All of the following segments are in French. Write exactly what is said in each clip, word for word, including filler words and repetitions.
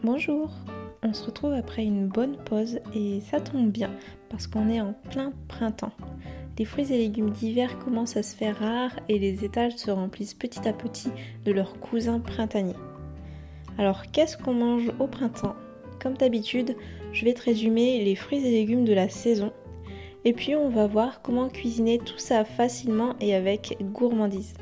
Bonjour, on se retrouve après une bonne pause et ça tombe bien parce qu'on est en plein printemps. Les fruits et légumes d'hiver commencent à se faire rares et les étals se remplissent petit à petit de leurs cousins printaniers. Alors qu'est-ce qu'on mange au printemps ? Comme d'habitude, je vais te résumer les fruits et légumes de la saison et puis on va voir comment cuisiner tout ça facilement et avec gourmandise.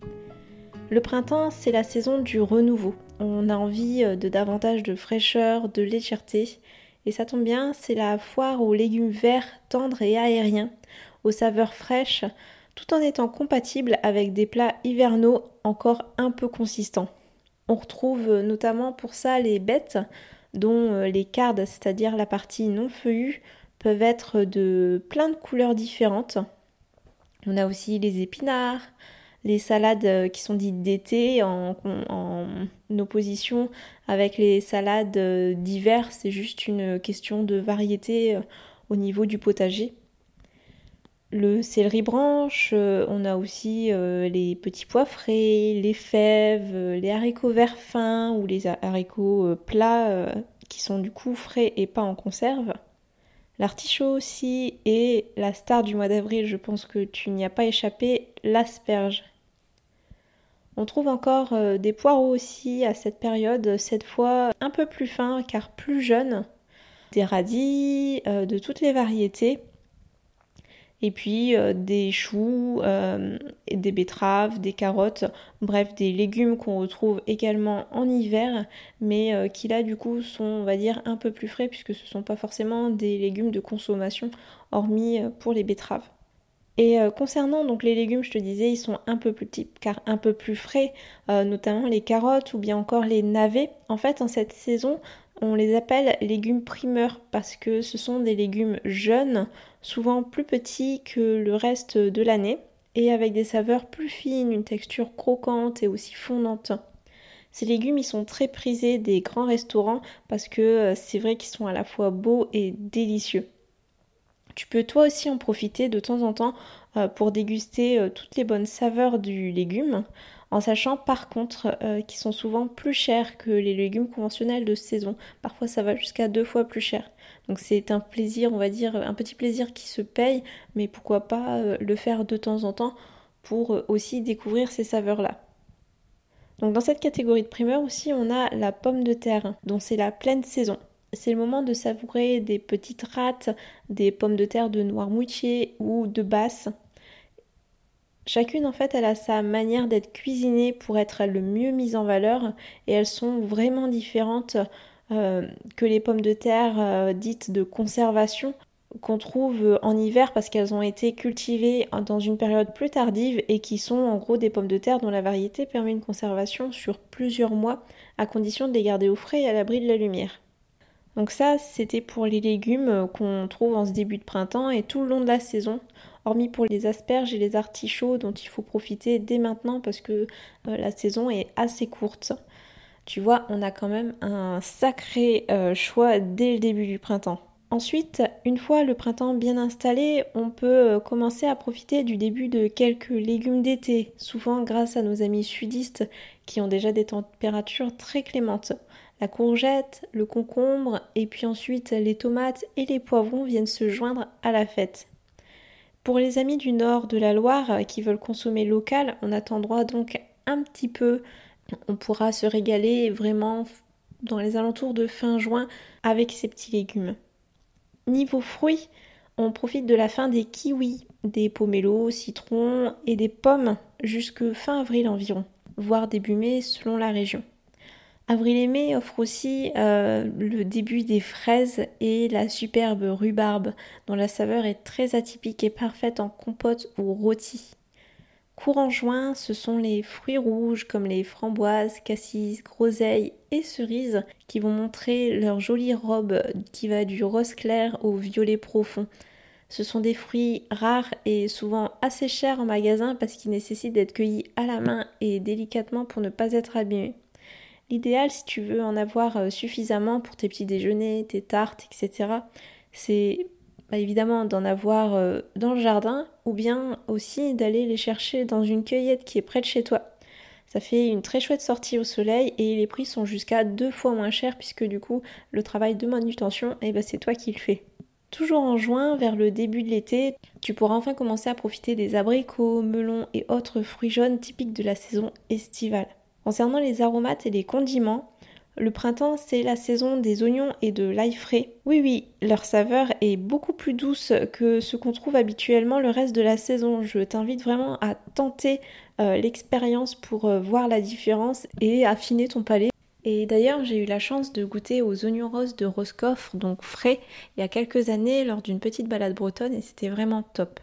Le printemps, c'est la saison du renouveau. On a envie de davantage de fraîcheur, de légèreté. Et ça tombe bien, c'est la foire aux légumes verts, tendres et aériens, aux saveurs fraîches, tout en étant compatible avec des plats hivernaux encore un peu consistants. On retrouve notamment pour ça les bêtes, dont les cardes, c'est-à-dire la partie non feuillue, peuvent être de plein de couleurs différentes. On a aussi les épinards, les salades qui sont dites d'été en, en, en opposition avec les salades d'hiver, c'est juste une question de variété au niveau du potager. Le céleri branche, on a aussi les petits pois frais, les fèves, les haricots verts fins ou les haricots plats qui sont du coup frais et pas en conserve. L'artichaut aussi, et la star du mois d'avril, je pense que tu n'y as pas échappé, l'asperge. On trouve encore euh, des poireaux aussi à cette période, cette fois un peu plus fins car plus jeunes, des radis, euh, de toutes les variétés, et puis euh, des choux, euh, et des betteraves, des carottes, bref des légumes qu'on retrouve également en hiver, mais euh, qui là du coup sont on va dire un peu plus frais puisque ce ne sont pas forcément des légumes de consommation hormis euh, pour les betteraves. Et euh, concernant donc les légumes, je te disais, ils sont un peu plus petits car un peu plus frais, euh, notamment les carottes ou bien encore les navets. En fait, en cette saison, on les appelle légumes primeurs parce que ce sont des légumes jeunes, souvent plus petits que le reste de l'année et avec des saveurs plus fines, une texture croquante et aussi fondante. Ces légumes, ils sont très prisés des grands restaurants parce que euh, c'est vrai qu'ils sont à la fois beaux et délicieux. Tu peux toi aussi en profiter de temps en temps euh, pour déguster euh, toutes les bonnes saveurs du légume, en sachant par contre euh, qu'ils sont souvent plus chers que les légumes conventionnels de saison. Parfois ça va jusqu'à deux fois plus cher. Donc c'est un plaisir, on va dire, un petit plaisir qui se paye, mais pourquoi pas euh, le faire de temps en temps pour euh, aussi découvrir ces saveurs-là. Donc dans cette catégorie de primeurs aussi, on a la pomme de terre, dont c'est la pleine saison. C'est le moment de savourer des petites rattes, des pommes de terre de Noirmoutier ou de Basse. Chacune en fait elle a sa manière d'être cuisinée pour être le mieux mise en valeur et elles sont vraiment différentes euh, que les pommes de terre euh, dites de conservation qu'on trouve en hiver parce qu'elles ont été cultivées dans une période plus tardive et qui sont en gros des pommes de terre dont la variété permet une conservation sur plusieurs mois à condition de les garder au frais et à l'abri de la lumière. Donc ça, c'était pour les légumes qu'on trouve en ce début de printemps et tout le long de la saison, hormis pour les asperges et les artichauts dont il faut profiter dès maintenant parce que euh, la saison est assez courte. Tu vois, on a quand même un sacré euh, choix dès le début du printemps. Ensuite, une fois le printemps bien installé, on peut commencer à profiter du début de quelques légumes d'été, souvent grâce à nos amis sudistes qui ont déjà des températures très clémentes. La courgette, le concombre et puis ensuite les tomates et les poivrons viennent se joindre à la fête. Pour les amis du nord de la Loire qui veulent consommer local, on attend droit donc un petit peu. On pourra se régaler vraiment dans les alentours de fin juin avec ces petits légumes. Niveau fruits, on profite de la fin des kiwis, des pomelos, citrons et des pommes jusque fin avril environ, voire début mai selon la région. Avril et mai offrent aussi euh, le début des fraises et la superbe rhubarbe dont la saveur est très atypique et parfaite en compote ou rôti. Courant juin, ce sont les fruits rouges comme les framboises, cassis, groseilles et cerises qui vont montrer leur jolie robe qui va du rose clair au violet profond. Ce sont des fruits rares et souvent assez chers en magasin parce qu'ils nécessitent d'être cueillis à la main et délicatement pour ne pas être abîmés. L'idéal, si tu veux en avoir suffisamment pour tes petits déjeuners, tes tartes, et cetera, c'est bah, évidemment d'en avoir euh, dans le jardin ou bien aussi d'aller les chercher dans une cueillette qui est près de chez toi. Ça fait une très chouette sortie au soleil et les prix sont jusqu'à deux fois moins chers puisque du coup le travail de manutention, eh ben, c'est toi qui le fais. Toujours en juin, vers le début de l'été, tu pourras enfin commencer à profiter des abricots, melons et autres fruits jaunes typiques de la saison estivale. Concernant les aromates et les condiments, le printemps, c'est la saison des oignons et de l'ail frais. Oui, oui, leur saveur est beaucoup plus douce que ce qu'on trouve habituellement le reste de la saison. Je t'invite vraiment à tenter euh, l'expérience pour euh, voir la différence et affiner ton palais. Et d'ailleurs, j'ai eu la chance de goûter aux oignons roses de Roscoff, donc frais, il y a quelques années lors d'une petite balade bretonne et c'était vraiment top.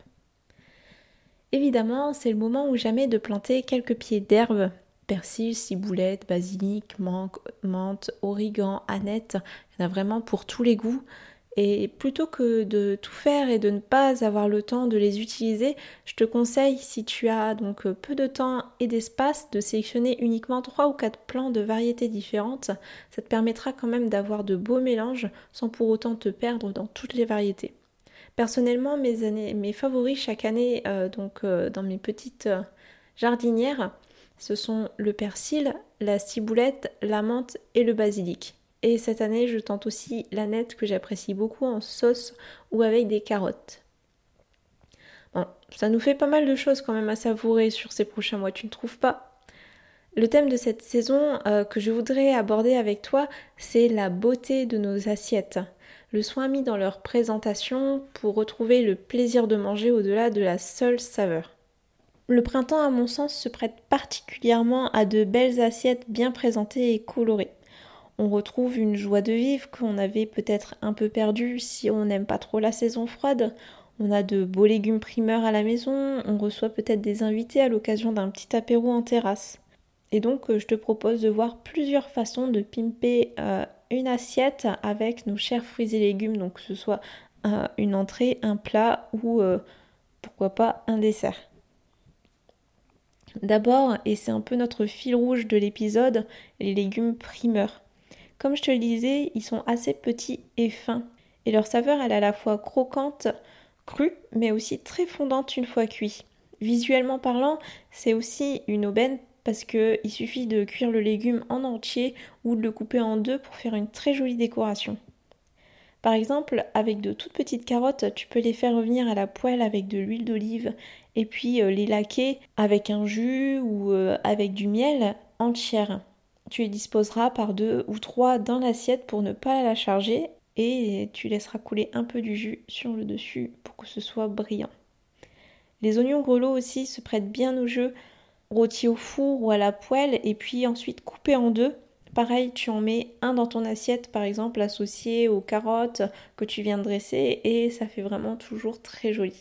Évidemment, c'est le moment ou jamais de planter quelques pieds d'herbe. Persil, ciboulette, basilic, menthe, menthe, origan, aneth, il y en a vraiment pour tous les goûts. Et plutôt que de tout faire et de ne pas avoir le temps de les utiliser, je te conseille, si tu as donc peu de temps et d'espace, de sélectionner uniquement trois ou quatre plants de variétés différentes. Ça te permettra quand même d'avoir de beaux mélanges sans pour autant te perdre dans toutes les variétés. Personnellement, mes, années, mes favoris chaque année, euh, donc euh, dans mes petites euh, jardinières, ce sont le persil, la ciboulette, la menthe et le basilic. Et cette année, je tente aussi l'aneth que j'apprécie beaucoup en sauce ou avec des carottes. Bon, ça nous fait pas mal de choses quand même à savourer sur ces prochains mois, tu ne trouves pas ? Le thème de cette saison euh, que je voudrais aborder avec toi, c'est la beauté de nos assiettes. Le soin mis dans leur présentation pour retrouver le plaisir de manger au-delà de la seule saveur. Le printemps, à mon sens, se prête particulièrement à de belles assiettes bien présentées et colorées. On retrouve une joie de vivre qu'on avait peut-être un peu perdue si on n'aime pas trop la saison froide. On a de beaux légumes primeurs à la maison, on reçoit peut-être des invités à l'occasion d'un petit apéro en terrasse. Et donc, je te propose de voir plusieurs façons de pimper euh, une assiette avec nos chers fruits et légumes, donc que ce soit euh, une entrée, un plat ou euh, pourquoi pas un dessert. D'abord, et c'est un peu notre fil rouge de l'épisode, les légumes primeurs. Comme je te le disais, ils sont assez petits et fins. Et leur saveur, elle est à la fois croquante, crue, mais aussi très fondante une fois cuit. Visuellement parlant, c'est aussi une aubaine parce qu'il suffit de cuire le légume en entier ou de le couper en deux pour faire une très jolie décoration. Par exemple, avec de toutes petites carottes, tu peux les faire revenir à la poêle avec de l'huile d'olive et puis euh, les laquer avec un jus ou euh, avec du miel entière. Tu les disposeras par deux ou trois dans l'assiette pour ne pas la charger et tu laisseras couler un peu du jus sur le dessus pour que ce soit brillant. Les oignons grelots aussi se prêtent bien au jeu, rôtis au four ou à la poêle et puis ensuite coupés en deux. Pareil, tu en mets un dans ton assiette, par exemple, associé aux carottes que tu viens de dresser et ça fait vraiment toujours très joli.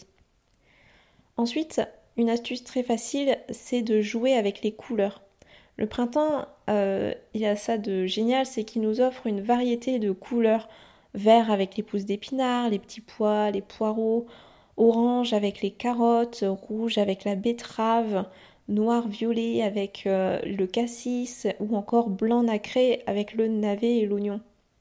Ensuite, une astuce très facile, c'est de jouer avec les couleurs. Le printemps, euh, il y a ça de génial, c'est qu'il nous offre une variété de couleurs. Vert avec les pousses d'épinards, les petits pois, les poireaux, orange avec les carottes, rouge avec la betterave, noir-violet avec euh, le cassis ou encore blanc nacré avec le navet et l'oignon.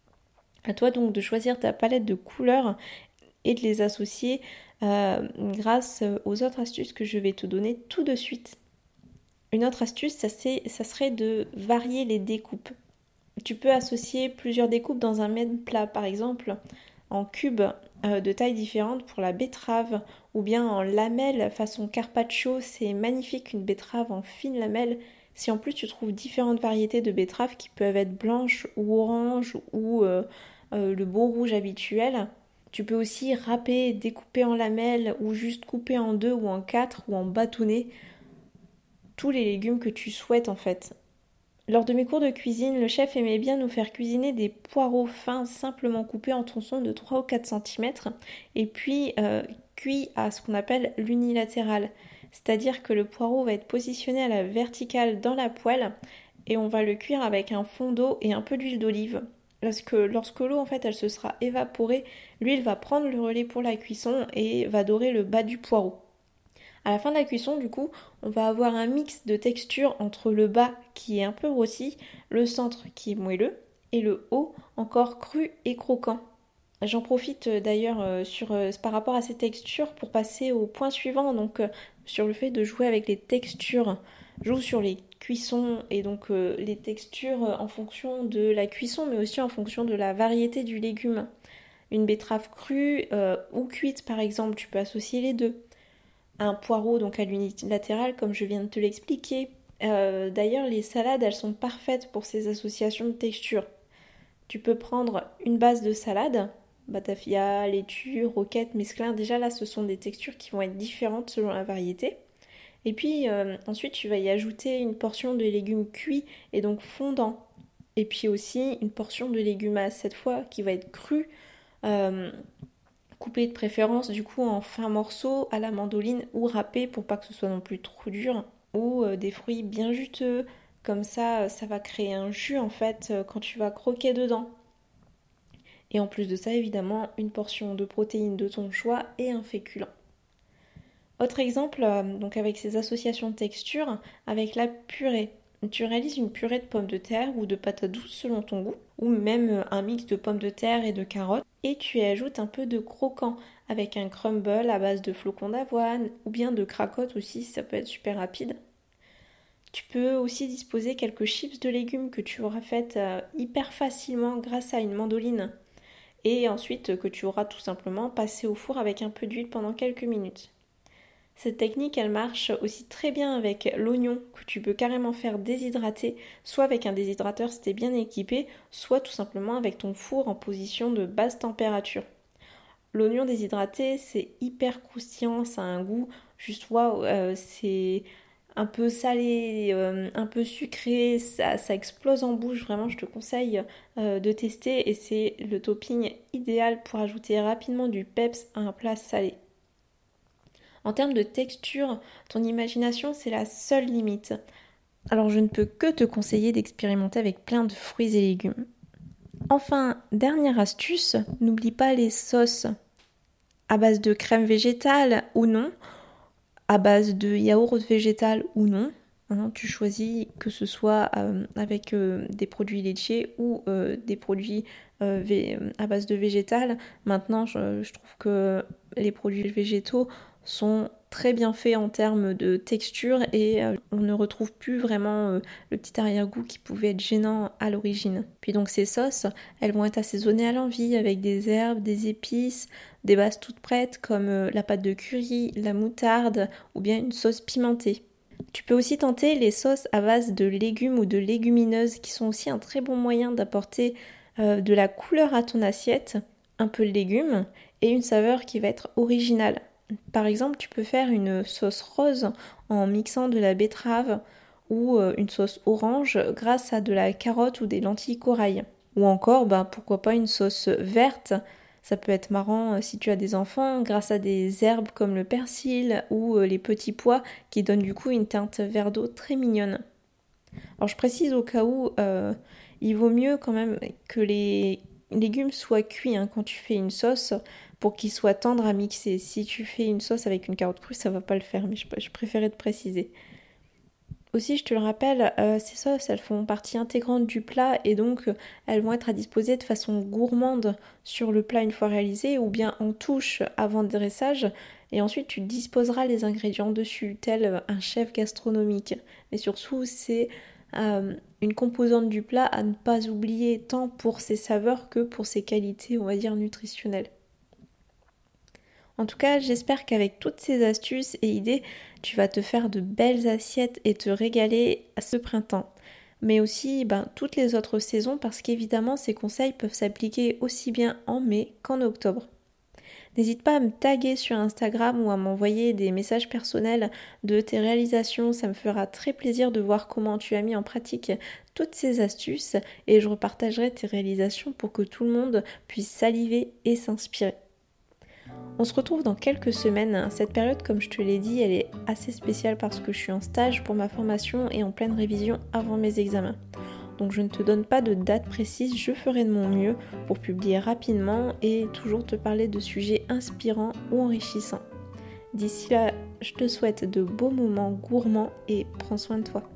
À toi donc de choisir ta palette de couleurs et de les associer euh, grâce aux autres astuces que je vais te donner tout de suite. Une autre astuce, ça, c'est, ça serait de varier les découpes. Tu peux associer plusieurs découpes dans un même plat, par exemple en cubes euh, de tailles différentes pour la betterave ou bien en lamelles façon carpaccio, c'est magnifique une betterave en fines lamelles. Si en plus tu trouves différentes variétés de betteraves qui peuvent être blanches ou oranges ou euh, euh, le beau rouge habituel, tu peux aussi râper, découper en lamelles ou juste couper en deux ou en quatre ou en bâtonner tous les légumes que tu souhaites en fait. Lors de mes cours de cuisine, le chef aimait bien nous faire cuisiner des poireaux fins simplement coupés en tronçons de trois ou quatre centimètres et puis euh, cuits à ce qu'on appelle l'unilatéral. C'est-à-dire que le poireau va être positionné à la verticale dans la poêle et on va le cuire avec un fond d'eau et un peu d'huile d'olive. Lorsque, lorsque l'eau en fait elle se sera évaporée, l'huile va prendre le relais pour la cuisson et va dorer le bas du poireau. À la fin de la cuisson, du coup, on va avoir un mix de texture entre le bas qui est un peu rôti, le centre qui est moelleux et le haut encore cru et croquant. J'en profite d'ailleurs euh, sur, euh, par rapport à ces textures pour passer au point suivant, donc euh, sur le fait de jouer avec les textures. joue sur les cuissons et donc euh, les textures en fonction de la cuisson, mais aussi en fonction de la variété du légume. Une betterave crue euh, ou cuite par exemple, tu peux associer les deux. Un poireau donc à l'unité latérale comme je viens de te l'expliquer. Euh, d'ailleurs les salades elles sont parfaites pour ces associations de textures. Tu peux prendre une base de salade, batavia, laitue, roquette, mesclun. Déjà là ce sont des textures qui vont être différentes selon la variété. Et puis euh, ensuite tu vas y ajouter une portion de légumes cuits et donc fondants. Et puis aussi une portion de légumes cette fois qui va être crue, euh, coupée de préférence du coup en fins morceaux à la mandoline ou râpée pour pas que ce soit non plus trop dur. Ou euh, des fruits bien juteux, comme ça ça va créer un jus en fait euh, quand tu vas croquer dedans. Et en plus de ça évidemment une portion de protéines de ton choix et un féculent. Autre exemple, euh, donc avec ces associations de textures, avec la purée. Tu réalises une purée de pommes de terre ou de patates douces selon ton goût, ou même un mix de pommes de terre et de carottes, et tu y ajoutes un peu de croquant avec un crumble à base de flocons d'avoine, ou bien de cracottes aussi, ça peut être super rapide. Tu peux aussi disposer quelques chips de légumes que tu auras faites euh, hyper facilement grâce à une mandoline, et ensuite que tu auras tout simplement passé au four avec un peu d'huile pendant quelques minutes. Cette technique, elle marche aussi très bien avec l'oignon que tu peux carrément faire déshydrater, soit avec un déshydrateur si t'es bien équipé, soit tout simplement avec ton four en position de basse température. L'oignon déshydraté, c'est hyper croustillant, ça a un goût juste waouh, euh, c'est un peu salé, euh, un peu sucré, ça, ça explose en bouche, vraiment je te conseille euh, de tester et c'est le topping idéal pour ajouter rapidement du peps à un plat salé. En termes de texture, ton imagination, c'est la seule limite. Alors je ne peux que te conseiller d'expérimenter avec plein de fruits et légumes. Enfin, dernière astuce, n'oublie pas les sauces. À base de crème végétale ou non, à base de yaourt végétal ou non. Hein, tu choisis que ce soit euh, avec euh, des produits laitiers ou euh, des produits euh, vé- à base de végétal. Maintenant, je, je trouve que les produits végétaux sont très bien faits en termes de texture et euh, on ne retrouve plus vraiment euh, le petit arrière-goût qui pouvait être gênant à l'origine. Puis donc ces sauces, elles vont être assaisonnées à l'envie avec des herbes, des épices, des bases toutes prêtes comme euh, la pâte de curry, la moutarde ou bien une sauce pimentée. Tu peux aussi tenter les sauces à base de légumes ou de légumineuses qui sont aussi un très bon moyen d'apporter euh, de la couleur à ton assiette, un peu de légumes et une saveur qui va être originale. Par exemple, tu peux faire une sauce rose en mixant de la betterave ou euh, une sauce orange grâce à de la carotte ou des lentilles corail. Ou encore, bah, pourquoi pas une sauce verte. Ça peut être marrant si tu as des enfants grâce à des herbes comme le persil ou les petits pois qui donnent du coup une teinte vert d'eau très mignonne. Alors je précise au cas où, euh, il vaut mieux quand même que les légumes soient cuits hein, quand tu fais une sauce pour qu'ils soient tendres à mixer. Si tu fais une sauce avec une carotte crue, ça va pas le faire, mais je, je préférais te préciser. Aussi, je te le rappelle, euh, ces sauces, elles font partie intégrante du plat et donc euh, elles vont être à disposer de façon gourmande sur le plat une fois réalisé ou bien en touche avant le dressage et ensuite tu disposeras les ingrédients dessus, tel un chef gastronomique. Mais surtout, c'est euh, une composante du plat à ne pas oublier tant pour ses saveurs que pour ses qualités, on va dire, nutritionnelles. En tout cas, j'espère qu'avec toutes ces astuces et idées, tu vas te faire de belles assiettes et te régaler à ce printemps. Mais aussi ben, toutes les autres saisons parce qu'évidemment ces conseils peuvent s'appliquer aussi bien en mai qu'en octobre. N'hésite pas à me taguer sur Instagram ou à m'envoyer des messages personnels de tes réalisations, ça me fera très plaisir de voir comment tu as mis en pratique toutes ces astuces et je repartagerai tes réalisations pour que tout le monde puisse saliver et s'inspirer. On se retrouve dans quelques semaines. Cette période, comme je te l'ai dit, elle est assez spéciale parce que je suis en stage pour ma formation et en pleine révision avant mes examens. Donc je ne te donne pas de date précise, je ferai de mon mieux pour publier rapidement et toujours te parler de sujets inspirants ou enrichissants. D'ici là, je te souhaite de beaux moments gourmands et prends soin de toi.